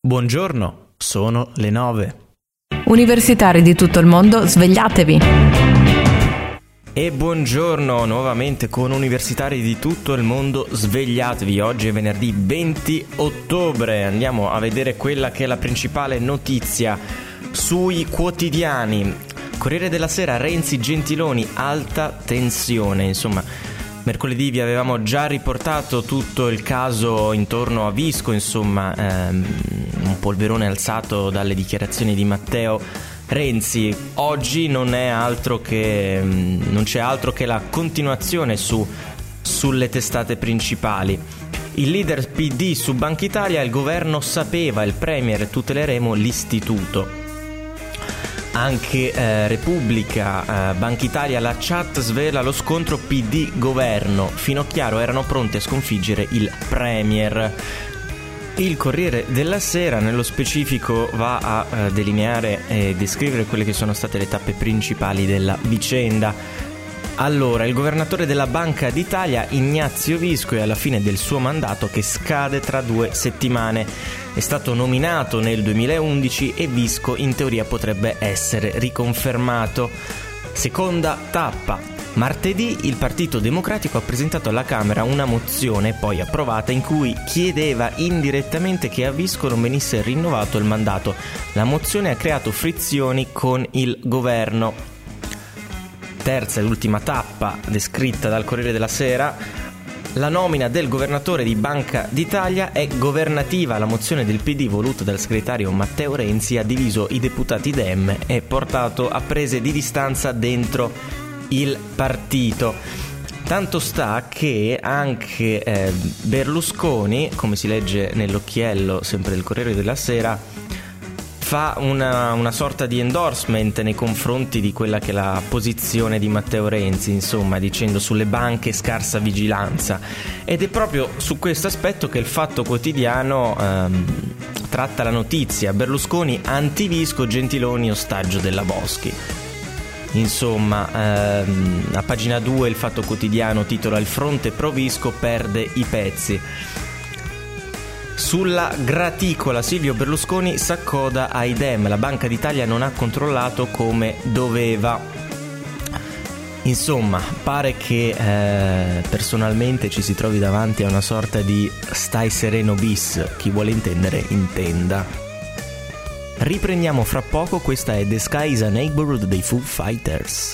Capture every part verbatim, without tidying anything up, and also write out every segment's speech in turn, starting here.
Buongiorno, sono le nove. Universitari di tutto il mondo, svegliatevi! E buongiorno nuovamente con universitari di tutto il mondo, svegliatevi. Oggi è venerdì venti ottobre, andiamo a vedere quella che è la principale notizia sui quotidiani. Corriere della Sera, Renzi, Gentiloni, alta tensione, insomma. Mercoledì vi avevamo già riportato tutto il caso intorno a Visco, insomma, ehm, un polverone alzato dalle dichiarazioni di Matteo Renzi. Oggi non è altro che non c'è altro che la continuazione su sulle testate principali. Il leader P D su Banca Italia, il governo sapeva, il premier tuteleremo l'istituto. Anche eh, Repubblica, eh, Banca Italia, la chat svela lo scontro P D governo. Finocchiaro erano pronti a sconfiggere il premier. Il Corriere della Sera nello specifico va a eh, delineare e descrivere quelle che sono state le tappe principali della vicenda. Allora, il governatore della Banca d'Italia, Ignazio Visco, è alla fine del suo mandato che scade tra due settimane. È stato nominato nel duemilaundici e Visco in teoria potrebbe essere riconfermato. Seconda tappa. Martedì il Partito Democratico ha presentato alla Camera una mozione poi approvata in cui chiedeva indirettamente che a Visco non venisse rinnovato il mandato. La mozione ha creato frizioni con il governo. Terza e ultima tappa descritta dal Corriere della Sera. La nomina del governatore di Banca d'Italia è governativa. La mozione del P D voluta dal segretario Matteo Renzi ha diviso i deputati Dem e portato a prese di distanza dentro il partito. Tanto sta che anche eh, Berlusconi, come si legge nell'occhiello sempre del Corriere della Sera, fa una, una sorta di endorsement nei confronti di quella che è la posizione di Matteo Renzi, insomma, dicendo sulle banche scarsa vigilanza. Ed è proprio su questo aspetto che il Fatto Quotidiano ehm, tratta la notizia. Berlusconi anti-Visco, Gentiloni ostaggio della Boschi. Insomma, ehm, a pagina due il Fatto Quotidiano titola "Il fronte pro Visco perde i pezzi". Sulla graticola Silvio Berlusconi s'accoda ai Dem, la Banca d'Italia non ha controllato come doveva. Insomma, pare che eh, personalmente ci si trovi davanti a una sorta di stai sereno bis, chi vuole intendere intenda. Riprendiamo fra poco, questa è The Sky is a Neighborhood dei Foo Fighters.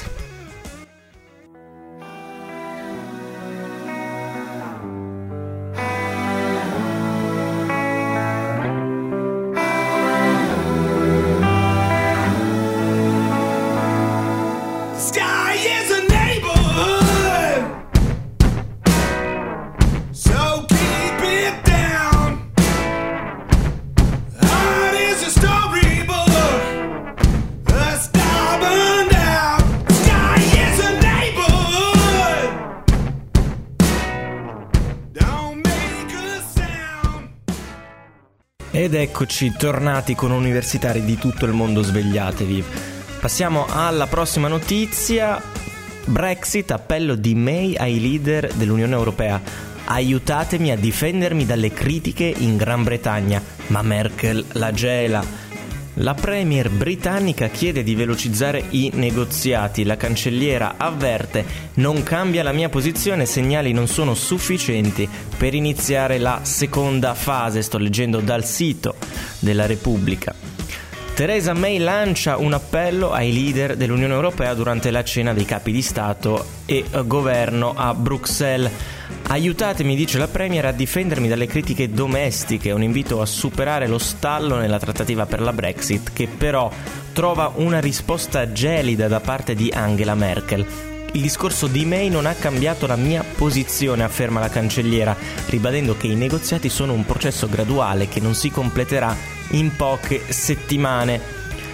Ed eccoci tornati con universitari di tutto il mondo, svegliatevi. Passiamo alla prossima notizia. Brexit, appello di May ai leader dell'Unione Europea. Aiutatemi a difendermi dalle critiche in Gran Bretagna, ma Merkel la gela. La premier britannica chiede di velocizzare i negoziati. La cancelliera avverte: non cambia la mia posizione, segnali non sono sufficienti per iniziare la seconda fase. Sto leggendo dal sito della Repubblica. Theresa May lancia un appello ai leader dell'Unione Europea durante la cena dei capi di Stato e governo a Bruxelles. Aiutatemi, dice la premier, a difendermi dalle critiche domestiche, un invito a superare lo stallo nella trattativa per la Brexit, che però trova una risposta gelida da parte di Angela Merkel. Il discorso di May non ha cambiato la mia posizione, afferma la cancelliera, ribadendo che i negoziati sono un processo graduale che non si completerà in poche settimane.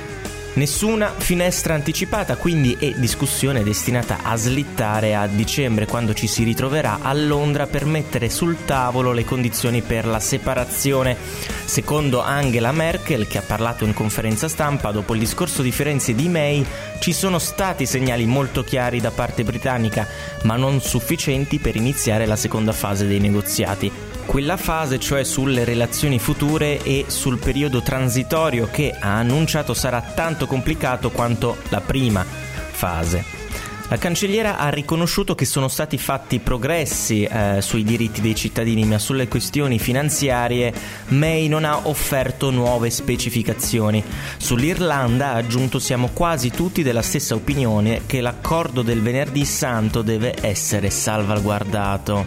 Nessuna finestra anticipata, quindi, è discussione destinata a slittare a dicembre, quando ci si ritroverà a Londra per mettere sul tavolo le condizioni per la separazione. Secondo Angela Merkel, che ha parlato in conferenza stampa dopo il discorso di Firenze di May, ci sono stati segnali molto chiari da parte britannica, ma non sufficienti per iniziare la seconda fase dei negoziati. Quella fase, cioè sulle relazioni future e sul periodo transitorio che ha annunciato sarà tanto complicato quanto la prima fase. La cancelliera ha riconosciuto che sono stati fatti progressi eh, sui diritti dei cittadini, ma sulle questioni finanziarie May non ha offerto nuove specificazioni. Sull'Irlanda ha aggiunto: siamo quasi tutti della stessa opinione che l'accordo del venerdì santo deve essere salvaguardato.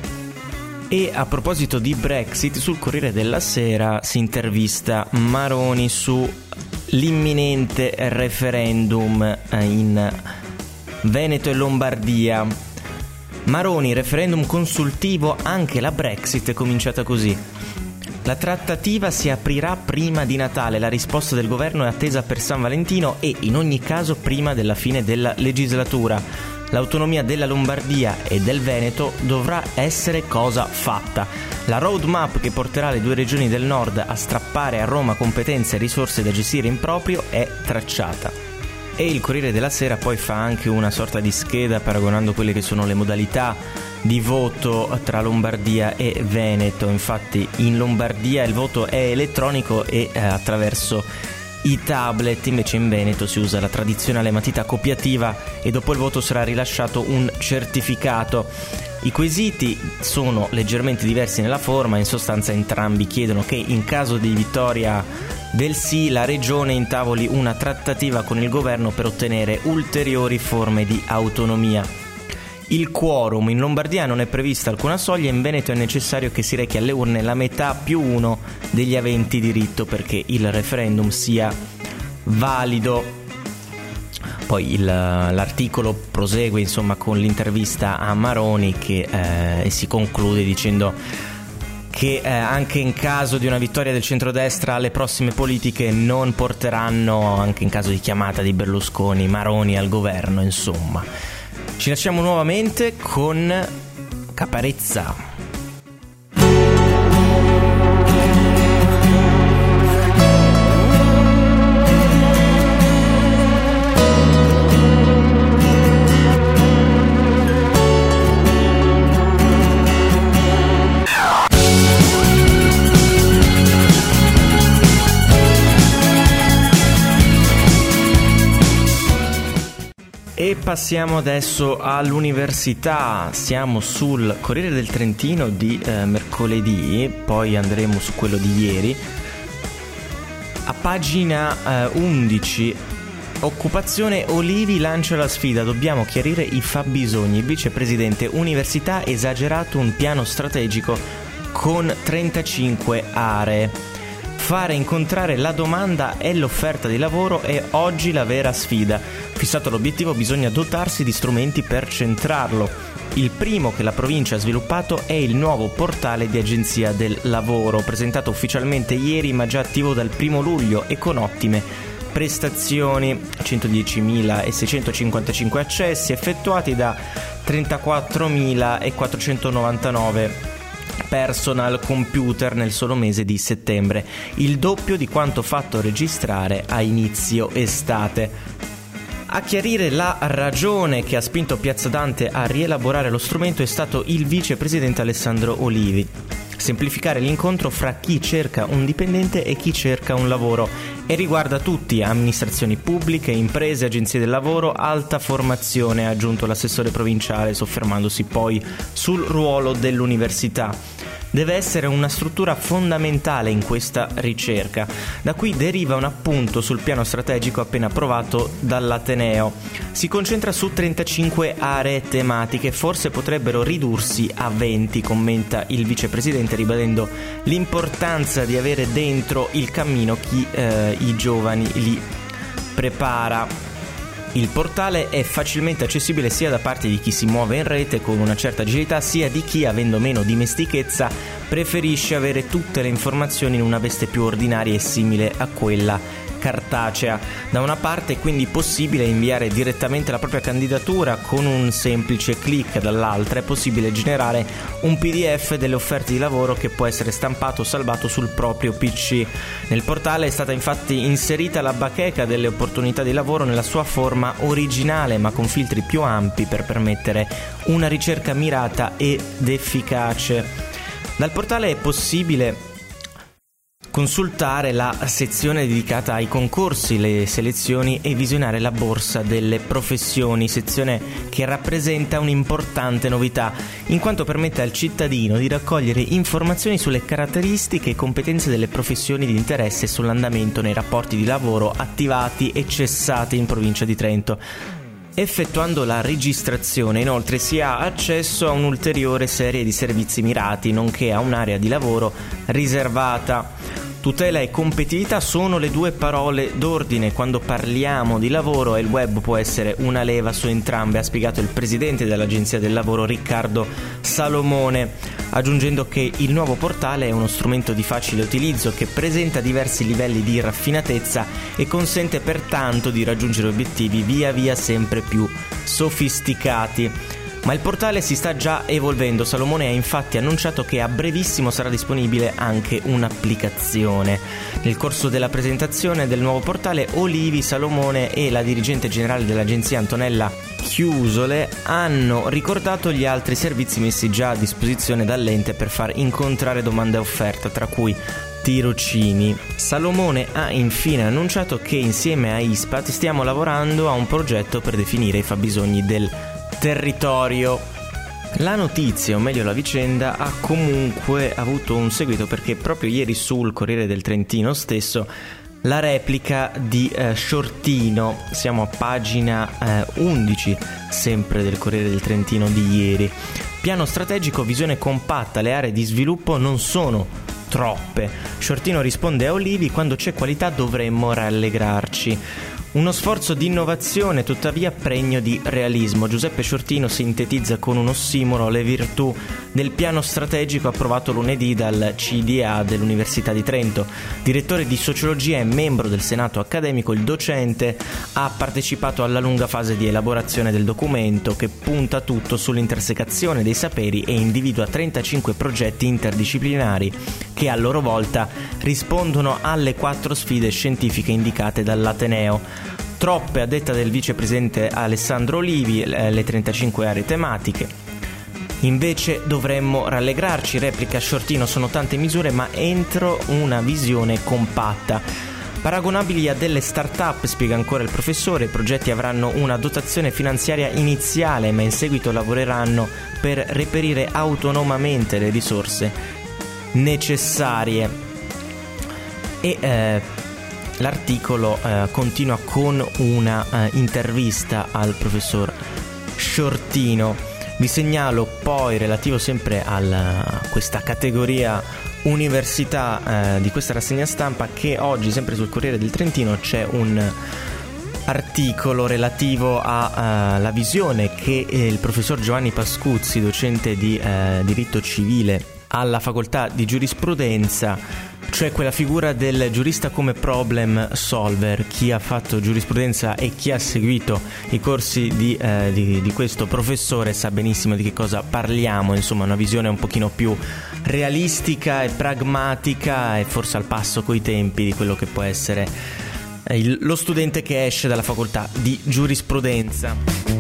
E a proposito di Brexit, sul Corriere della Sera si intervista Maroni su l'imminente referendum in Veneto e Lombardia. Maroni, referendum consultivo, anche la Brexit è cominciata così. La trattativa si aprirà prima di Natale, la risposta del governo è attesa per San Valentino e in ogni caso prima della fine della legislatura. L'autonomia della Lombardia e del Veneto dovrà essere cosa fatta. La roadmap che porterà le due regioni del nord a strappare a Roma competenze e risorse da gestire in proprio è tracciata. E il Corriere della Sera poi fa anche una sorta di scheda paragonando quelle che sono le modalità di voto tra Lombardia e Veneto. Infatti in Lombardia il voto è elettronico e eh, attraverso i tablet, invece in Veneto si usa la tradizionale matita copiativa e dopo il voto sarà rilasciato un certificato. I quesiti sono leggermente diversi nella forma, in sostanza entrambi chiedono che in caso di vittoria del sì la regione intavoli una trattativa con il governo per ottenere ulteriori forme di autonomia. Il quorum: in Lombardia non è prevista alcuna soglia, in Veneto è necessario che si rechi alle urne la metà più uno degli aventi diritto perché il referendum sia valido. Poi il, l'articolo prosegue insomma con l'intervista a Maroni che eh, si conclude dicendo che eh, anche in caso di una vittoria del centrodestra le prossime politiche non porteranno, anche in caso di chiamata di Berlusconi, Maroni al governo, insomma. Ci lasciamo nuovamente con Caparezza. E passiamo adesso all'università, siamo sul Corriere del Trentino di eh, mercoledì, poi andremo su quello di ieri. A pagina eh, undici, occupazione Olivi lancia la sfida, dobbiamo chiarire i fabbisogni, il vicepresidente università esagerato un piano strategico con trentacinque aree. Fare incontrare la domanda e l'offerta di lavoro è oggi la vera sfida. Fissato l'obiettivo, bisogna dotarsi di strumenti per centrarlo. Il primo che la provincia ha sviluppato è il nuovo portale di agenzia del lavoro, presentato ufficialmente ieri ma già attivo dal primo luglio e con ottime prestazioni. centodiecimilaseicentocinquantacinque accessi effettuati da trentaquattromilaquattrocentonovantanove personal computer nel solo mese di settembre, il doppio di quanto fatto registrare a inizio estate. A chiarire la ragione che ha spinto Piazza Dante a rielaborare lo strumento è stato il vicepresidente Alessandro Olivi. Semplificare l'incontro fra chi cerca un dipendente e chi cerca un lavoro e riguarda tutti, amministrazioni pubbliche, imprese, agenzie del lavoro, alta formazione, ha aggiunto l'assessore provinciale, soffermandosi poi sul ruolo dell'università. Deve essere una struttura fondamentale in questa ricerca. Da qui deriva un appunto sul piano strategico appena approvato dall'Ateneo. Si concentra su trentacinque aree tematiche, forse potrebbero ridursi a venti, commenta il vicepresidente, ribadendo l'importanza di avere dentro il cammino chi eh, i giovani li prepara. Il portale è facilmente accessibile sia da parte di chi si muove in rete con una certa agilità, sia di chi, avendo meno dimestichezza, preferisce avere tutte le informazioni in una veste più ordinaria e simile a quella cartacea. Da una parte è quindi possibile inviare direttamente la propria candidatura con un semplice click, dall'altra è possibile generare un P D F delle offerte di lavoro che può essere stampato o salvato sul proprio P C. Nel portale è stata infatti inserita la bacheca delle opportunità di lavoro nella sua forma originale, ma con filtri più ampi per permettere una ricerca mirata ed efficace. Dal portale è possibile consultare la sezione dedicata ai concorsi, le selezioni e visionare la borsa delle professioni, sezione che rappresenta un'importante novità, in quanto permette al cittadino di raccogliere informazioni sulle caratteristiche e competenze delle professioni di interesse e sull'andamento nei rapporti di lavoro attivati e cessati in provincia di Trento. Effettuando la registrazione, inoltre, si ha accesso a un'ulteriore serie di servizi mirati, nonché a un'area di lavoro riservata. Tutela e competitività sono le due parole d'ordine quando parliamo di lavoro e il web può essere una leva su entrambe, ha spiegato il presidente dell'Agenzia del Lavoro Riccardo Salomone, aggiungendo che il nuovo portale è uno strumento di facile utilizzo che presenta diversi livelli di raffinatezza e consente pertanto di raggiungere obiettivi via via sempre più sofisticati. Ma il portale si sta già evolvendo. Salomone ha infatti annunciato che a brevissimo sarà disponibile anche un'applicazione. Nel corso della presentazione del nuovo portale, Olivi, Salomone e la dirigente generale dell'agenzia Antonella Chiusole hanno ricordato gli altri servizi messi già a disposizione dall'ente per far incontrare domanda e offerta, tra cui tirocini. Salomone ha infine annunciato che insieme a Ispat stiamo lavorando a un progetto per definire i fabbisogni del territorio. La notizia, o meglio la vicenda, ha comunque avuto un seguito perché proprio ieri sul Corriere del Trentino stesso la replica di eh, Shortino, siamo a pagina eh, undici sempre del Corriere del Trentino di ieri. Piano strategico, visione compatta, le aree di sviluppo non sono troppe. Shortino risponde a Olivi: quando c'è qualità dovremmo rallegrarci. Uno sforzo di innovazione, tuttavia pregno di realismo. Giuseppe Shortino sintetizza con un ossimoro le virtù del piano strategico approvato lunedì dal C D A dell'Università di Trento. Direttore di sociologia e membro del Senato accademico, il docente ha partecipato alla lunga fase di elaborazione del documento, che punta tutto sull'intersecazione dei saperi e individua trentacinque progetti interdisciplinari che a loro volta rispondono alle quattro sfide scientifiche indicate dall'Ateneo. Troppe, a detta del vicepresidente Alessandro Olivi, le trentacinque aree tematiche. Invece dovremmo rallegrarci, replica Shortino, sono tante misure ma entro una visione compatta. Paragonabili a delle start-up, spiega ancora il professore, i progetti avranno una dotazione finanziaria iniziale ma in seguito lavoreranno per reperire autonomamente le risorse necessarie. E eh, l'articolo eh, continua con una eh, intervista al professor Shortino. Vi segnalo poi, relativo sempre a questa categoria università eh, di questa rassegna stampa, che oggi sempre sul Corriere del Trentino c'è un articolo relativo alla visione che eh, il professor Giovanni Pascuzzi, docente di eh, diritto civile alla facoltà di giurisprudenza, cioè quella figura del giurista come problem solver. Chi ha fatto giurisprudenza e chi ha seguito i corsi di, eh, di, di questo professore sa benissimo di che cosa parliamo, insomma una visione un pochino più realistica e pragmatica e forse al passo coi tempi di quello che può essere il, lo studente che esce dalla facoltà di giurisprudenza.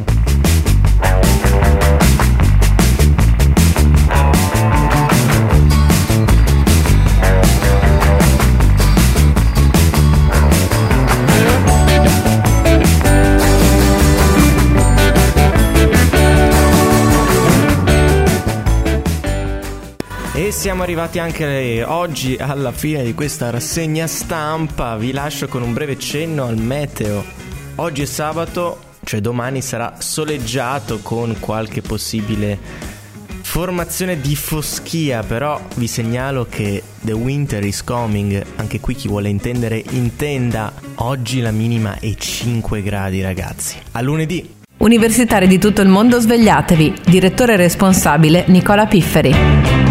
E siamo arrivati anche oggi alla fine di questa rassegna stampa. Vi lascio con un breve cenno al meteo. Oggi è sabato, cioè domani sarà soleggiato con qualche possibile formazione di foschia, però vi segnalo che the winter is coming. Anche qui chi vuole intendere intenda. Oggi la minima è cinque gradi, ragazzi. A lunedì. Universitari di tutto il mondo, svegliatevi. Direttore responsabile Nicola Pifferi.